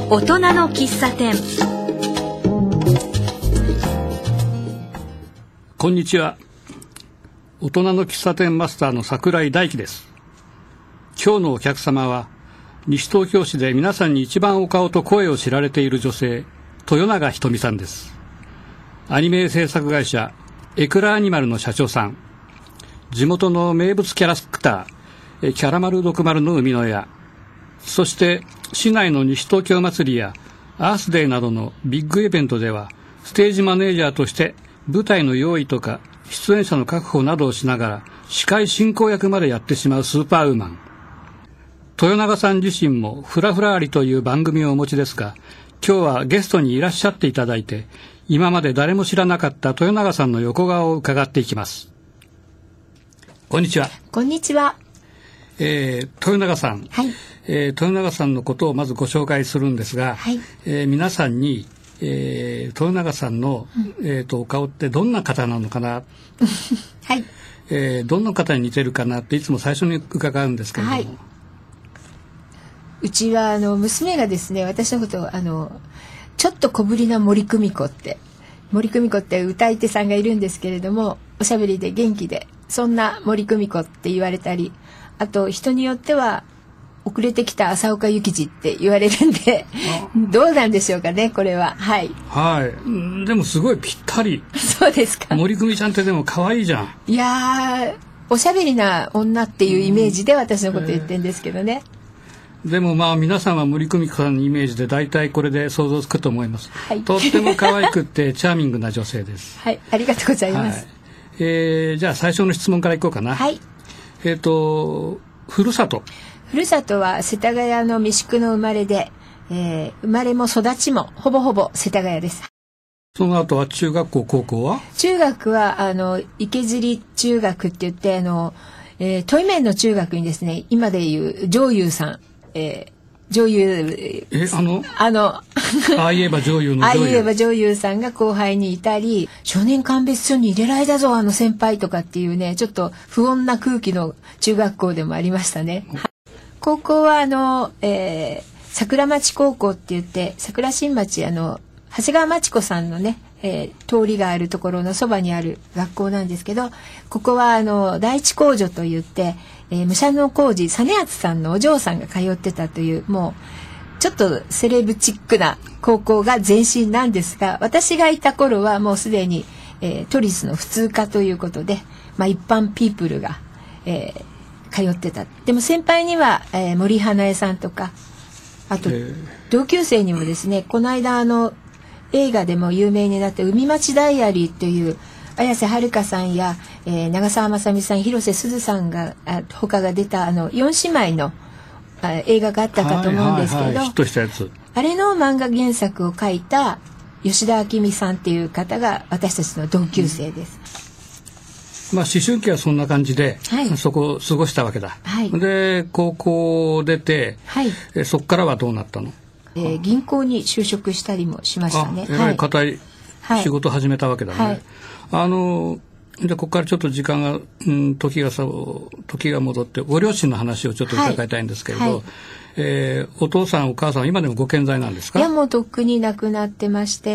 大人の喫茶店。 こんにちは。大人の喫茶店マスターの櫻井大樹です。今日のお客様は西東京市で皆さんに一番お顔と声を知られている女性、豊永ひとみさんです。アニメ制作会社エクラアニマルの社長さん、地元の名物キャラクターキャラ丸毒丸の生みの親、そして市内の西東京祭りやアースデーなどのビッグイベントではステージマネージャーとして舞台の用意とか出演者の確保などをしながら司会進行役までやってしまうスーパーウーマン。豊永さん自身もフラフラありという番組をお持ちですが、今日はゲストにいらっしゃっていただいて、今まで誰も知らなかった豊永さんの横顔を伺っていきます。こんにちは。 こんにちは。 豊永さん、はい、豊永さんのことをまずご紹介するんですが、はい、皆さんに、豊永さんの、お顔ってどんな方なのかな、はい、どんな方に似てるかなっていつも最初に伺うんですけれども、はい、 うちは娘がですね、私のことをちょっと小ぶりな森久美子って歌い手さんがいるんですけれども、おしゃべりで元気でそんな森久美子って言われたり、あと人によっては遅れてきた浅岡幸二って言われるんでどうなんでしょうかね、これは。はい、はい、 でもすごいぴったり。 そうですか。 森久美ちゃんってでも可愛いじゃん。 いやおしゃべりな女っていうイメージで私のこと言ってるんですけどね。 でもまあ皆さんは森久美子さんのイメージで大体これで想像つくと思います、はい、とっても可愛くってチャーミングな女性です。 はい、ありがとうございます、 はい。じゃあ最初の質問からいこうかな。はい。ふるさとは世田谷の三宿の生まれで、生まれも育ちもほぼほぼ世田谷です。 その後は中学校高校は？ 中学は池尻中学って言ってトイメンの中学にですね、今でいう上優さん、上優ああ言えば上優の上優、 ああ言えば上優さんが後輩にいたり、少年鑑別所に入れられたぞ先輩とかっていうね、ちょっと不穏な空気の中学校でもありましたね。高校は桜町高校って言って、桜新町長谷川町子さんのね、通りがあるところのそばにある学校なんですけど、ここは第一工女といって、武者の工事実篤さんのお嬢さんが通ってたという、もうちょっとセレブチックな高校が前身なんですが、私がいた頃はもうすでに、都立の普通科ということで、一般ピープルが、通ってた。でも先輩には、森英恵さんとか、あと同級生にもですね、この間映画でも有名になった海町ダイアリーという綾瀬はるかさんや、長澤まさみさん、広瀬すずさんが他が出た4姉妹の映画があったかと思うんですけど、 ヒットしたやつ、 あれの漫画原作を書いた吉田明美さんっていう方が私たちの同級生です。 思春期はそんな感じで、はい、そこを過ごしたわけだ、はい、で高校出て、はい、そこからはどうなったの？ 銀行に就職したりもしましたね。 えらい固い仕事を始めたわけだね、はい、でここからちょっと時間が、時が戻ってご両親の話をちょっと伺いたいんですけれど、はいはい、お父さんお母さんは今でもご健在なんですか？ いや、もうとっくに亡くなってまして、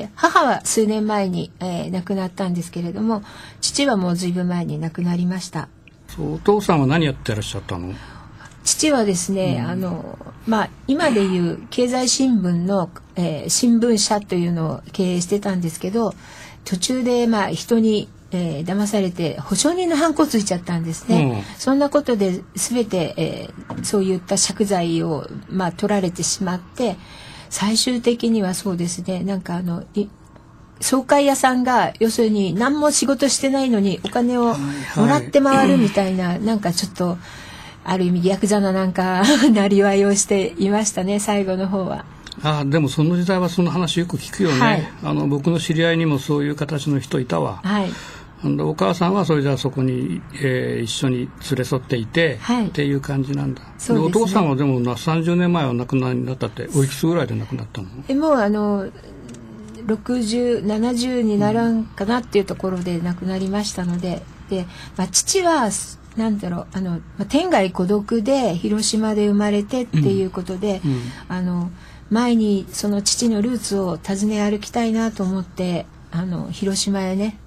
母は数年前に、亡くなったんですけれども、父はもうずいぶん前に亡くなりました。 お父さんは何やってらっしゃったの？ 父はですね、今でいう経済新聞の、新聞社というのを経営してたんですけど、途中で人に、騙されて保証人のハンコついちゃったんですね、そんなことで全て、そういった借財を、取られてしまって、最終的にはそうですね、なんか総会屋さんが要するに何も仕事してないのにお金をもらって回るみたいな、なんかちょっとある意味ヤクザのなんかなりわいをしていましたね、最後の方は。 でもその時代はその話よく聞くよね、はい、僕の知り合いにもそういう形の人いたわ、はい、お母さんはそれじゃあそこに、一緒に連れ添っていて、はい、っていう感じなんだ。そうですね。お父さんはでも30年前は亡くなりになったって、おいくつぐらいで亡くなったの？ もう60、70にならんかなっていうところで亡くなりましたので、父はなんだろう、天涯孤独で広島で生まれてっていうことで、 前にその父のルーツを訪ね歩きたいなと思って広島へね、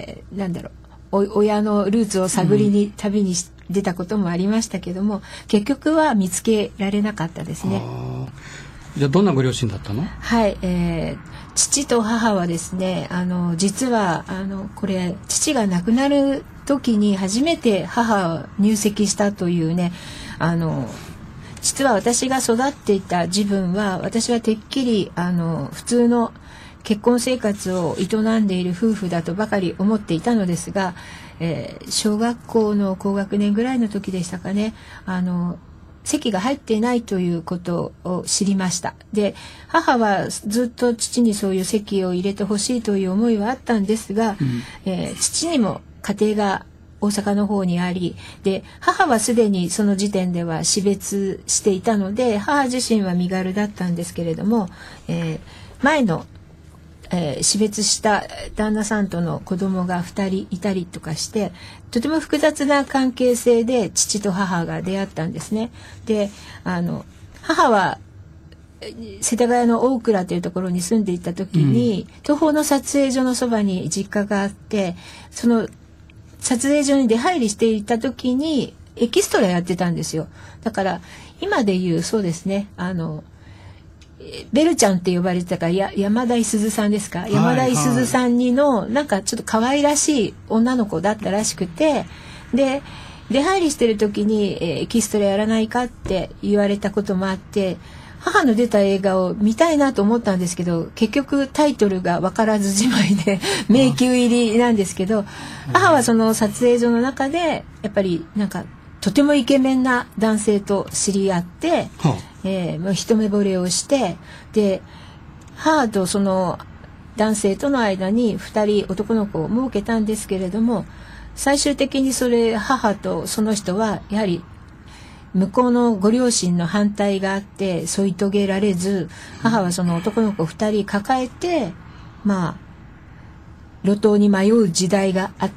親のルーツを探りに旅に出たこともありましたけども、結局は見つけられなかったですね。 じゃあどんなご両親だったの？ はい、父と母はですね、実はこれ父が亡くなる時に初めて母を入籍したというね、実は私が育っていた時分は、私はてっきり普通の結婚生活を営んでいる夫婦だとばかり思っていたのですが、小学校の高学年ぐらいの時でしたかね、籍が入っていないということを知りました。で、母はずっと父にそういう籍を入れてほしいという思いはあったんですが、父にも家庭が大阪の方にあり、で母はすでにその時点では死別していたので、母自身は身軽だったんですけれども、前の、死別した旦那さんとの子供が2人いたりとかして、とても複雑な関係性で父と母が出会ったんですね。で母は世田谷の大倉というところに住んでいた時に、東宝の撮影所のそばに実家があって、その撮影所に出入りしていた時にエキストラやってたんですよ。だから今で言う、そうですね、ベルちゃんって呼ばれてたから山田いすずさんですか、山田いすずさんにのなんかちょっと可愛らしい女の子だったらしくて、で出入りしてる時にエキストラやらないかって言われたこともあって、母の出た映画を見たいなと思ったんですけど、結局タイトルが分からずじまいで迷宮入りなんですけど、母はその撮影所の中でやっぱりなんかとてもイケメンな男性と知り合って、もう一目惚れをして、で母とその男性との間に2人男の子を設けたんですけれども、最終的に母とその人はやはり向こうのご両親の反対があって添い遂げられず、母はその男の子2人抱えて路頭に迷う時代があって、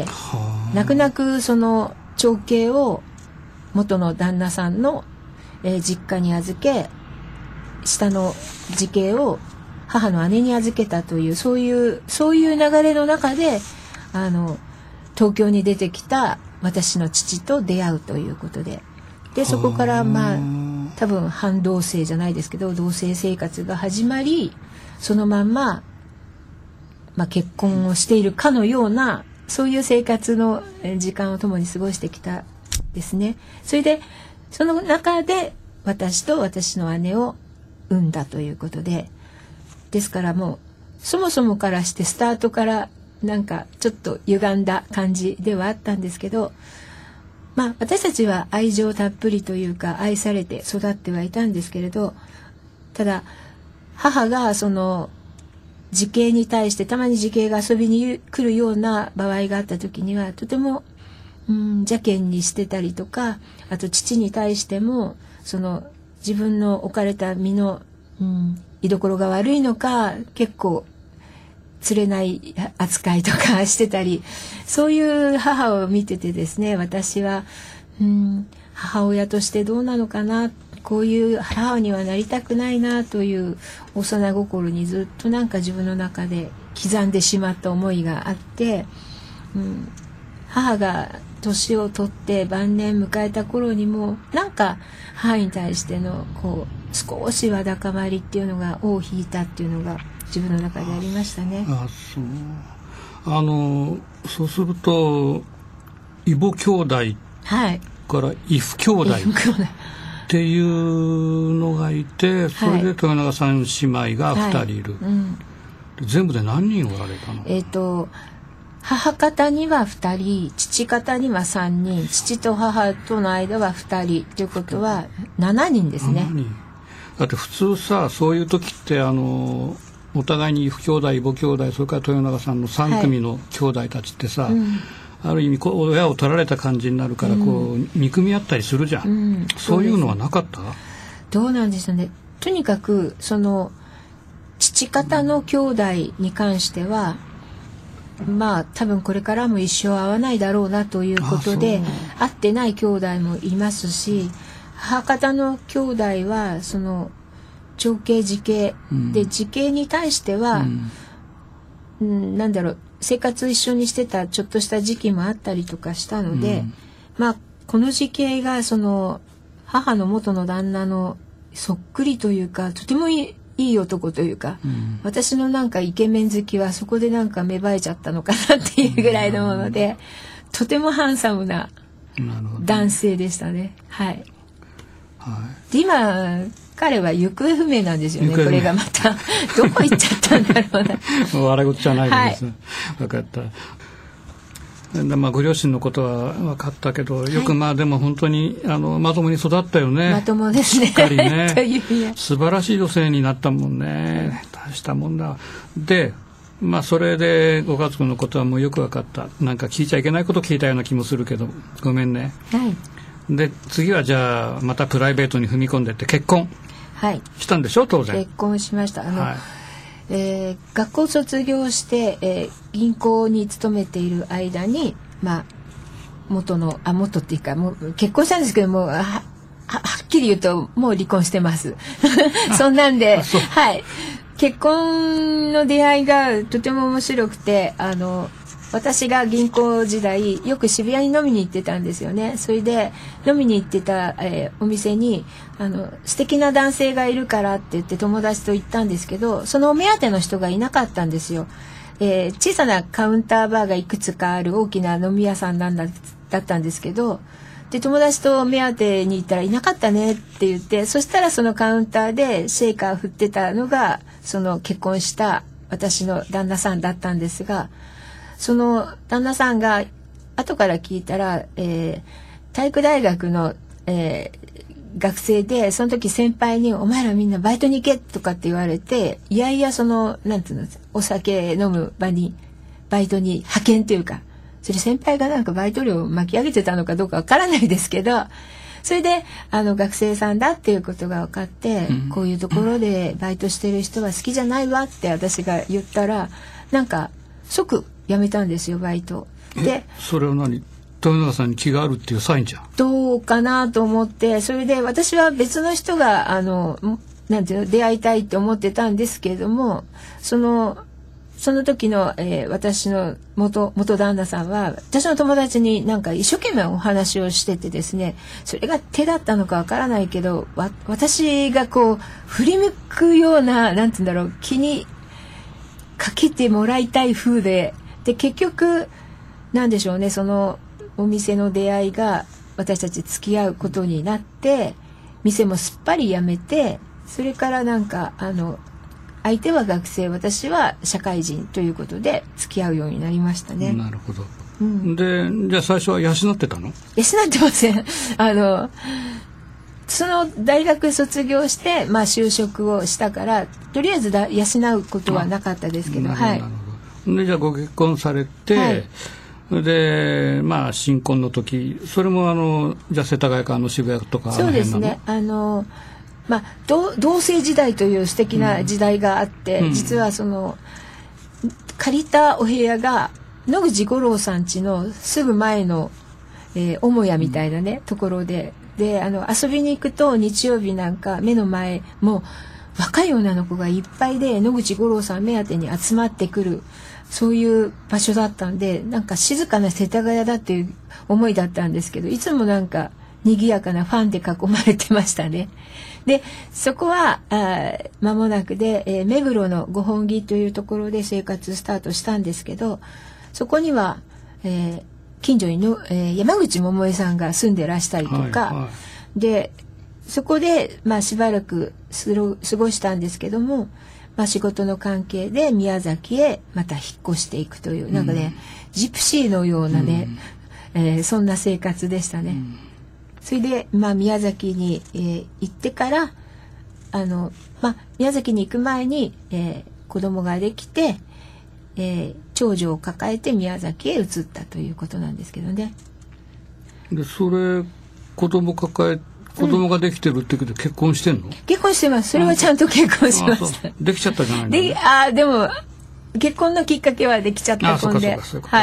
泣く泣くその長兄を元の旦那さんの、実家に預け、下の次兄を母の姉に預けたという、そういう流れの中で東京に出てきた私の父と出会うということで、そこから多分半同棲じゃないですけど同棲生活が始まり、そのまんま、結婚をしているかのような、そういう生活の時間を共に過ごしてきたですね。それでその中で私と私の姉を産んだということで、ですからもうそもそもからしてスタートからなんかちょっと歪んだ感じではあったんですけど、私たちは愛情たっぷりというか愛されて育ってはいたんですけれど、ただ母がその時兄に対してたまに時兄が遊びに来るような場合があった時にはとても邪険にしてたりとか、あと父に対してもその自分の置かれた身の居所が悪いのか結構釣れない扱いとかしてたり、そういう母を見ててですね、私は母親としてどうなのかな、こういう母にはなりたくないなという幼心にずっとなんか自分の中で刻んでしまった思いがあって、母が年を取って晩年迎えた頃にもなんか母に対しての少しわだかまりっていうのが尾を引いたっていうのが自分の中でありましたね。 そうすると異母兄弟から異父兄弟っていうのがいて、それで豊永さん姉妹が2人いる、全部で何人おられたの？ 母方には2人、父方には3人、父と母との間は2人ということは7人ですね。 だって普通さ、そういう時ってお互いに異父兄弟異母兄弟、それから豊永さんの3組の兄弟たちってさ、ある意味親を取られた感じになるから憎み合ったりするじゃん、そういうのはなかった？ どうなんでしょうね。とにかくその父方の兄弟に関しては多分これからも一生会わないだろうなということで会ってない兄弟もいますし、母方の兄弟はその長兄次兄、で次兄に対しては、なんだろう、生活一緒にしてたちょっとした時期もあったりとかしたので、まあこの次兄がその母の元の旦那のそっくりというか、とてもいい男というか、私のなんかイケメン好きはそこでなんか芽生えちゃったのかなっていうぐらいのもので、とてもハンサムな男性でしたね。はい。で今彼は行方不明なんですよね。これがまたどこ行っちゃったんだろうな。 笑い事じゃないです。分かった。まあ、ご両親のことは分かったけど、よくまあでも本当にまともに育ったよね。 まともですね。 しっかりね。 という素晴らしい女性になったもんね。大したもんだ。で、まあそれでご家族のことはもうよく分かった。なんか聞いちゃいけないこと聞いたような気もするけど、ごめんね。 はい。 で次はじゃあまたプライベートに踏み込んでって結婚したんでしょ、当然。 結婚しました。学校卒業して、銀行に勤めている間に、まあ元っていうかもう結婚したんですけども、はっきり言うともう離婚してます。そんなんで、はい、結婚の出会いがとても面白くて、私が銀行時代よく渋谷に飲みに行ってたんですよね。それで飲みに行ってた、お店に素敵な男性がいるからって言って友達と行ったんですけど、そのお目当ての人がいなかったんですよ。小さなカウンターバーがいくつかある大きな飲み屋さんだったんですけど、で友達と目当てに行ったらいなかったねって言って、そしたらそのカウンターでシェイカー振ってたのがその結婚した私の旦那さんだったんですが、その旦那さんが後から聞いたら、体育大学の、学生で、その時先輩にお前らみんなバイトに行けとかって言われて、いやいやそのなんていうの、お酒飲む場にバイトに派遣というか、それ先輩がなんかバイト料を巻き上げてたのかどうかわからないですけど、それで学生さんだっていうことが分かって、こういうところでバイトしてる人は好きじゃないわって私が言ったら、なんか即辞めたんですよ、バイトで。 それは何、豊永さんに気があるっていうサインじゃん。 どうかなと思って、それで私は別の人がなんていうの、出会いたいって思ってたんですけれども、その時の、私の元旦那さんは私の友達になんか一生懸命お話をしててですね、それが手だったのかわからないけど、私がこう振り向くような、なんていうんだろう、気にかけてもらいたい風で、結局なんでしょうね、そのお店の出会いが私たち付き合うことになって、店もすっぱり辞めて、それからなんか相手は学生、私は社会人ということで付き合うようになりましたね。 なるほど。でじゃあ最初は養ってたの？養ってません。その大学卒業して、まあ、就職をしたから、とりあえず養うことはなかったですけど、はい。 でじゃあご結婚されて、でまあ新婚の時、それもじゃあ世田谷か渋谷とか、 そうですね。まあ、同棲時代という素敵な時代があって、実はその借りたお部屋が野口五郎さん家のすぐ前の、母屋みたいなね、ところで、遊びに行くと日曜日なんか目の前もう若い女の子がいっぱいで、野口五郎さん目当てに集まってくる、そういう場所だったんで、なんか静かな世田谷だっていう思いだったんですけど、いつもなんか賑やかなファンで囲まれてましたね。でそこは間もなくで、目黒の五本木というところで生活スタートしたんですけど、そこには、近所にの、山口百恵さんが住んでらしたりとか、でそこで、まあ、しばらく過ごしたんですけども、まあ、仕事の関係で宮崎へまた引っ越していくという、なんかね、ジプシーのようなね、そんな生活でしたね。それで、まあ、宮崎に、行ってから、まあ、宮崎に行く前に、子供ができて、長女を抱えて宮崎へ移ったということなんですけどね。 でそれ子供ができてるってことで結婚してんの？結婚してます。それはちゃんと結婚しました。 できちゃったじゃないの？ でも結婚のきっかけはできちゃった婚で。はい。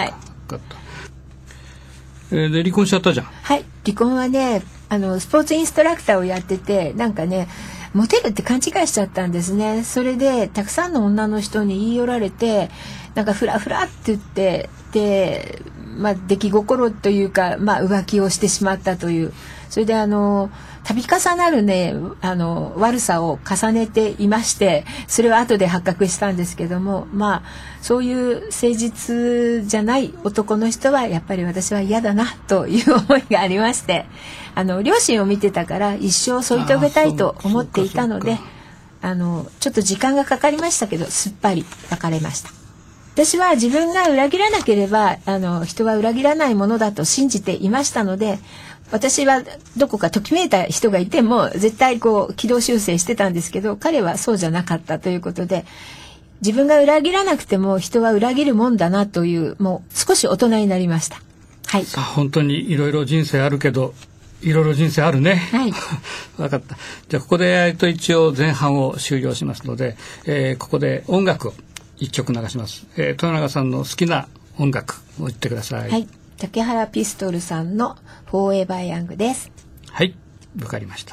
で離婚しちゃったじゃん。 はい。離婚はね、スポーツインストラクターをやってて、なんかね、 モテるって勘違いしちゃったんですね。それでたくさんの女の人に言い寄られて、なんかフラフラって言ってで、出来心というか、浮気をしてしまったという。それで度重なるね悪さを重ねていまして、それは後で発覚したんですけども、そういう誠実じゃない男の人はやっぱり私は嫌だなという思いがありまして、両親を見てたから一生添い遂げたいと思っていたので、ちょっと時間がかかりましたけどすっぱり別れました。私は自分が裏切らなければ人は裏切らないものだと信じていましたので、私はどこかときめいた人がいても絶対軌道修正してたんですけど、彼はそうじゃなかったということで、自分が裏切らなくても人は裏切るもんだなという、もう少し大人になりました。はい。 本当にいろいろ人生あるけど、いろいろ人生あるね。 はい。 分かった。じゃあここで一応前半を終了しますので、ここで音楽を一曲流します。豊永さんの好きな音楽を言ってください。 はい。竹原ピストルさんのフォーエバーヤングです。 はい、わかりました。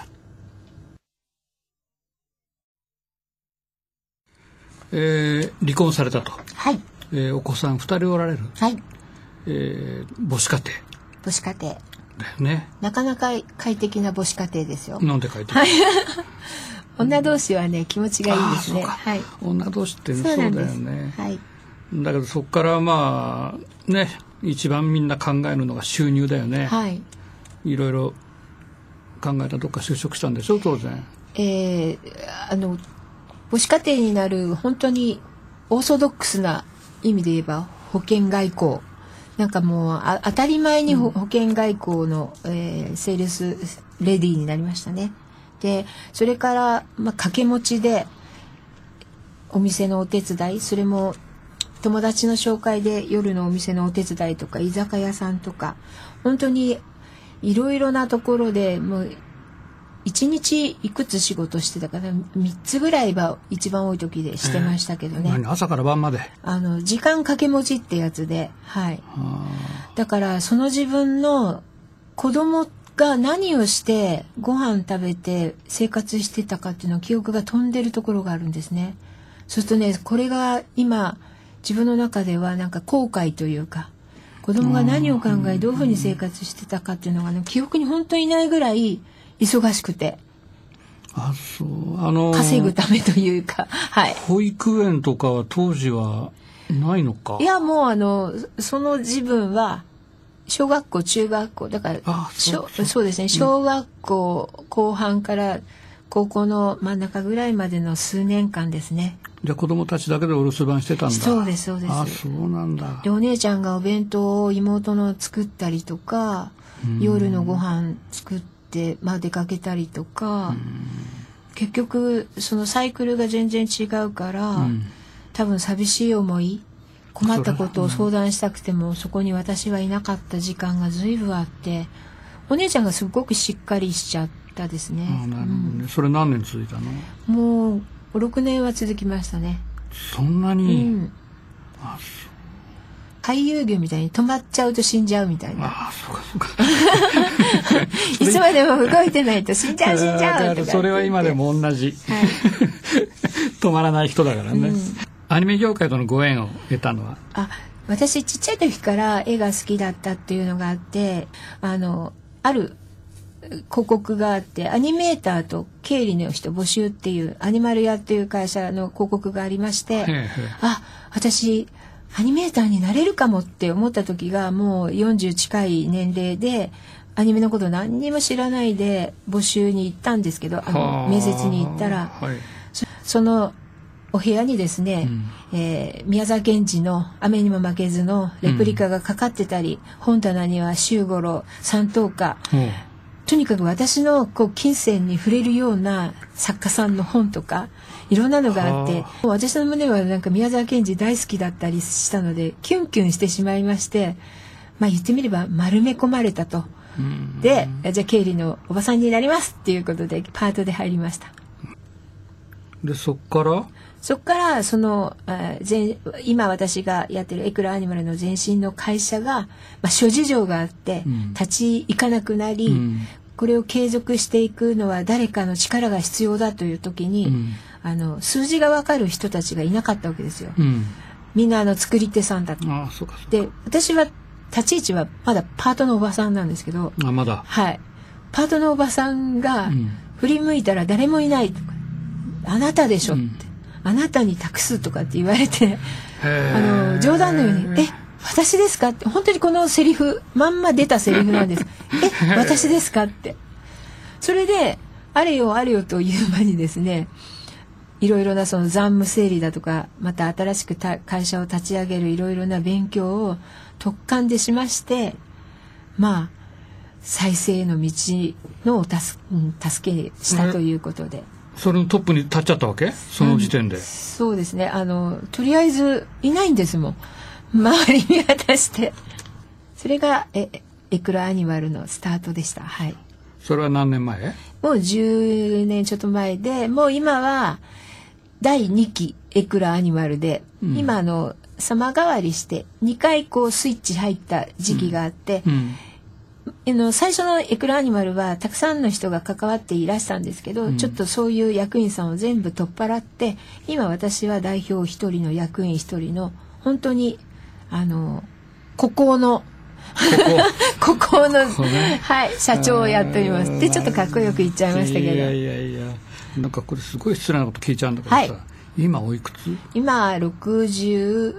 離婚されたと。 はい。 お子さん2人おられる。 はい。 母子家庭。 母子家庭。 だよね。 なかなか快適な母子家庭ですよ。 なんで快適？ 女同士はね気持ちがいいですね。はい。 女同士ってそうだよね。 はい。 だけどそこからね、一番みんな考えるのが収入だよね。 はい。 いろいろ考えたどっか就職したんでしょ当然。 母子家庭になる本当にオーソドックスな意味で言えば保険外交。なんかもう当たり前に保険外交の、セールスレディーになりましたね。でそれから掛け持ちでお店のお手伝い、それも友達の紹介で夜のお店のお手伝いとか居酒屋さんとか、本当にいろいろなところでもう1日いくつ仕事してたかな、3つぐらいは一番多い時でしてましたけどね。 朝から晩まで時間掛け持ちってやつで、はい。だからその自分の子供が何をしてご飯食べて生活してたかっていうの記憶が飛んでるところがあるんですね。そうするとね、これが今自分の中ではなんか後悔というか、子供が何を考えどういうふうに生活してたかっていうのがね、記憶に本当にないぐらい忙しくて。稼ぐためというか、はい。 保育園とかは当時はないのか。 いやもうその自分は小学校中学校だからそうですね、小学校後半から高校の真ん中ぐらいまでの数年間ですね。 じゃあ子供たちだけでお留守番してたんだ。 そうですそうです。 そうなんだ。 でお姉ちゃんがお弁当を妹の作ったりとか、夜のご飯作って出かけたりとか、結局そのサイクルが全然違うから、多分寂しい思い、困ったことを相談したくてもそこに私はいなかった時間が随分あって、お姉ちゃんがすごくしっかりしちゃったですね。 なるほどね。それ何年続いたの？ もう5、6年は続きましたね。 そんなに？ 回遊魚みたいに止まっちゃうと死んじゃうみたいな。 そうかいつまでも動いてないと死んじゃうとか。 それは今でも同じ、はい、止まらない人だからね、アニメ業界とのご縁を得たのは？ 私ちっちゃい時から絵が好きだったっていうのがあって、ある広告があって、アニメーターと経理の人募集っていうアニマル屋っていう会社の広告がありまして、私アニメーターになれるかもって思った時がもう40近い年齢で、アニメのこと何にも知らないで募集に行ったんですけど、面接に行ったら、そのお部屋にですね、宮沢賢治の雨にも負けずのレプリカがかかってたり、本棚には周五郎、三等家、とにかく私の金銭に触れるような作家さんの本とかいろんなのがあって、私の胸はなんか宮沢賢治大好きだったりしたのでキュンキュンしてしまいまして、言ってみれば丸め込まれたと。で、じゃあ経理のおばさんになりますっていうことでパートで入りました。 でそっからその今私がやってるエクラアニマルの前身の会社が、諸事情があって立ち行かなくなり、 これを継続していくのは誰かの力が必要だという時に、数字が分かる人たちがいなかったわけですよ。みんな作り手さんだった。で私は立ち位置はまだパートのおばさんなんですけど、 まだ、 はい、パートのおばさんが振り向いたら誰もいないとか、あなたでしょって、あなたに託すとかって言われて、冗談のように私ですかって本当にこのセリフまんま出たセリフなんです。私ですかって。それであれよあれよという間にですね、いろいろなその残務整理だとか、また新しく会社を立ち上げるいろいろな勉強を特貫でしまして、再生の道の助けしたということで、 それのトップに立っちゃったわけ？その時点で。 そうですね。とりあえずいないんですもん。周り見渡して。それがエクラアニマルのスタートでした。はい。 それは何年前？ もう10年ちょっと前で、もう今は第2期エクラアニマルで、今様変わりして2回スイッチ入った時期があって、最初のエクラアニマルはたくさんの人が関わっていらしたんですけど、ちょっとそういう役員さんを全部取っ払って、今私は代表一人の役員一人の本当に孤高のはい、社長をやっております。でちょっとかっこよく言っちゃいましたけど。 いやなんかこれすごい失礼なこと聞いちゃうんだけどさ、今おいくつ？ 今61。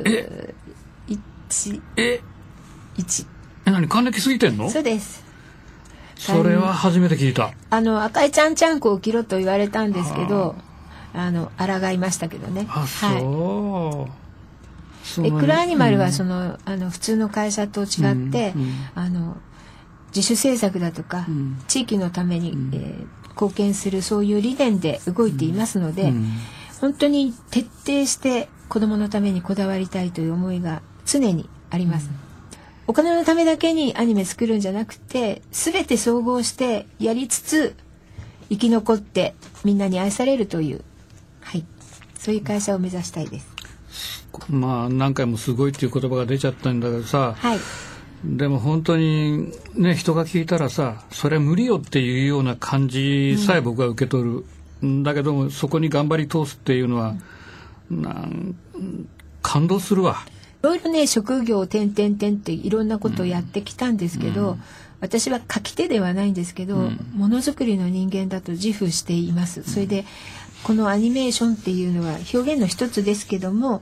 何、還暦過ぎてんの？ そうです。 それは初めて聞いた。 赤いちゃんちゃんこを着ろと言われたんですけど、抗いましたけどね。 そう。 エクラアニマルは普通の会社と違って、自主制作だとか、地域のために、貢献するそういう理念で動いていますので、本当に徹底して子どものためにこだわりたいという思いが常にあります。お金のためだけにアニメ作るんじゃなくて、全て総合してやりつつ生き残ってみんなに愛されるという、そういう会社を目指したいです。 何回もすごいっていう言葉が出ちゃったんだけどさ、でも本当にね、人が聞いたらさ、それは無理よっていうような感じさえ僕は受け取る、だけどもそこに頑張り通すっていうのは感動するわ。いろいろね、職業転々っていろんなことをやってきたんですけど、私は書き手ではないんですけど、ものづくりの人間だと自負しています。それでこのアニメーションっていうのは表現の一つですけども、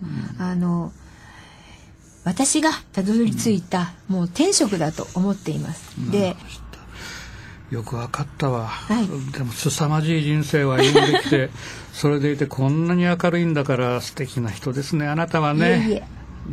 私がたどり着いた、もう天職だと思っています。で、 よくわかったわ。でも凄まじい人生を歩んできてそれでいてこんなに明るいんだから素敵な人ですね、あなたはね。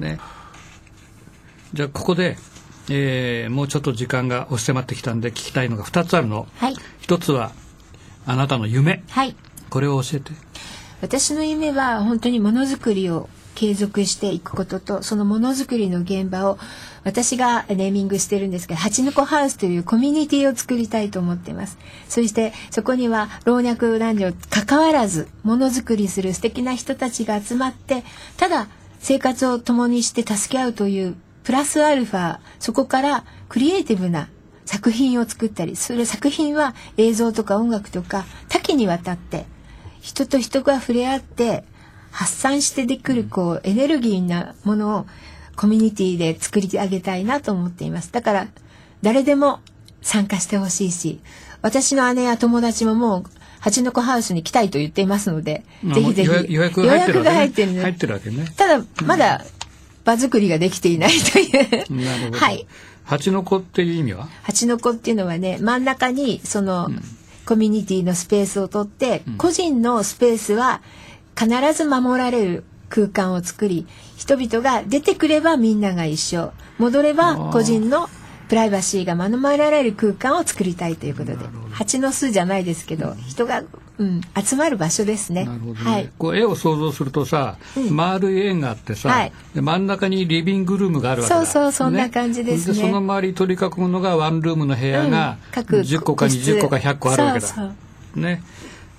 じゃあここで、もうちょっと時間が押し迫ってきたんで聞きたいのが2つあるの。1つはあなたの夢、これを教えて。 私の夢は本当にものづくりを継続していくことと、そのものづくりの現場を私がネーミングしてるんですけど、蜂の子ハウスというコミュニティを作りたいと思っています。そしてそこには老若男女関わらずものづくりする素敵な人たちが集まって、ただ生活を共にして助け合うというプラスアルファ、そこからクリエイティブな作品を作ったり、それ作品は映像とか音楽とか多岐にわたって人と人が触れ合って発散してできるエネルギーなものをコミュニティで作り上げたいなと思っています。だから誰でも参加してほしいし、私の姉や友達ももう蜂の子ハウスに来たいと言っていますので、ぜひぜひ予約が入ってるわけね。 ただまだ場作りができていないというなるほど。蜂の子っていう意味は？蜂の子っていうのはね、真ん中にその、コミュニティのスペースを取って、個人のスペースは必ず守られる空間を作り、人々が出てくればみんなが一緒、戻れば個人のプライバシーが守られる空間を作りたいということで、蜂の巣じゃないですけど、人が、集まる場所ですね。 なるほどね。絵を想像するとさ、丸い円があってさ、で真ん中にリビングルームがあるわけだ。 そんな感じですね。 でその周り取り囲むのがワンルームの部屋が10個か20個か100個あるわけだ。ね。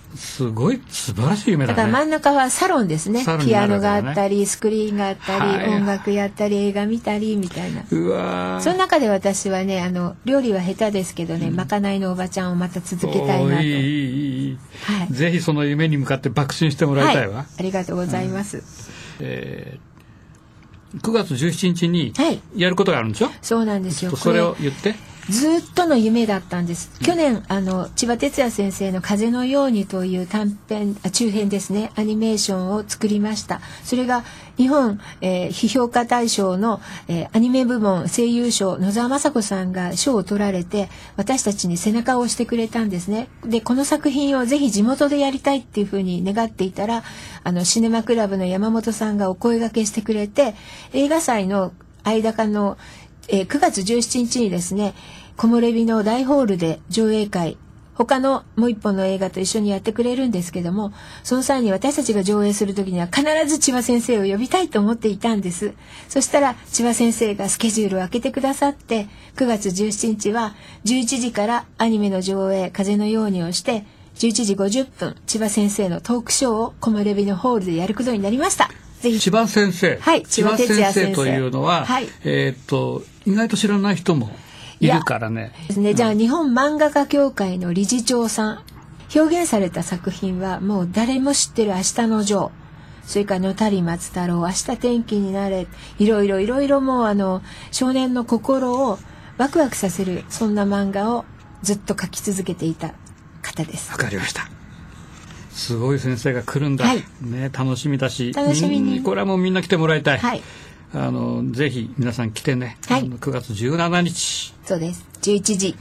すごい素晴らしい夢だね。 だから真ん中はサロンですね。ピアノがあったり、スクリーンがあったり、 はい、 音楽やったり、映画見たりみたいな。 うわ。 その中で私はね、料理は下手ですけどね、まかないのおばちゃんをまた続けたいなと。 いい、はい、ぜひその夢に向かって爆心してもらいたいわ。はい、 ありがとうございます。 9月17日にやることがあるんでしょ。 そうなんですよ。 それを言って。 ずっとの夢だったんです。去年千葉哲也先生の風のようにという中編ですね、アニメーションを作りました。それが日本、批評家大賞の、アニメ部門声優賞、野沢雅子さんが賞を取られて、私たちに背中を押してくれたんですね。でこの作品をぜひ地元でやりたいっていうふうに願っていたら、シネマクラブの山本さんがお声掛けしてくれて、映画祭の間かの9月17日にですね、木漏れ日の大ホールで上映会、他のもう一本の映画と一緒にやってくれるんですけども、その際に私たちが上映する時には必ず千葉先生を呼びたいと思っていたんです。そしたら千葉先生がスケジュールを空けてくださって、9月17日は11時からアニメの上映風のようにをして、11時50分千葉先生のトークショーを木漏れ日のホールでやることになりました。ぜひ。 千葉先生、 はい、千葉哲也先生というのは、 はい、 意外と知らない人もいるからね。 ですね。じゃあ、日本漫画家協会の理事長さん、表現された作品はもう誰も知ってる明日のジョー、それから野谷松太郎、明日天気になれ、いろいろもう少年の心をワクワクさせる、そんな漫画をずっと描き続けていた方です。 わかりました。すごい先生が来るんだ、 はいね、楽しみだし、 楽しみにこれはもうみんな来てもらいたい。 はい、 ぜひ皆さん来てね、 はい、 9月17日、 そうです、11時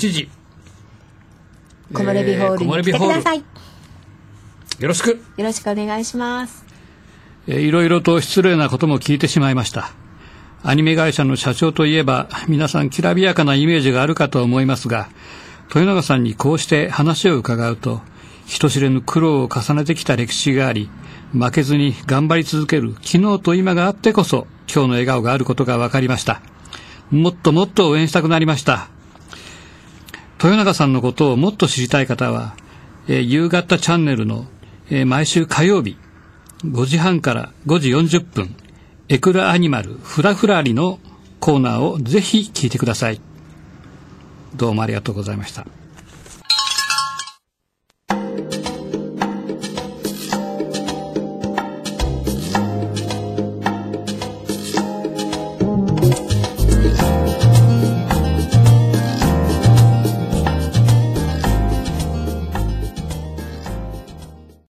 木漏れ日ホールに来てください。 よろしくお願いします。 いろいろと失礼なことも聞いてしまいました。アニメ会社の社長といえば皆さんきらびやかなイメージがあるかと思いますが、豊永さんにこうして話を伺うと、人知れぬ苦労を重ねてきた歴史があり、負けずに頑張り続ける昨日と今があってこそ今日の笑顔があることが分かりました。もっともっと応援したくなりました。豊永さんのことをもっと知りたい方は、夕方チャンネルの、毎週火曜日5時半から5時40分エクラアニマルフラフラリのコーナーをぜひ聞いてください。どうもありがとうございました。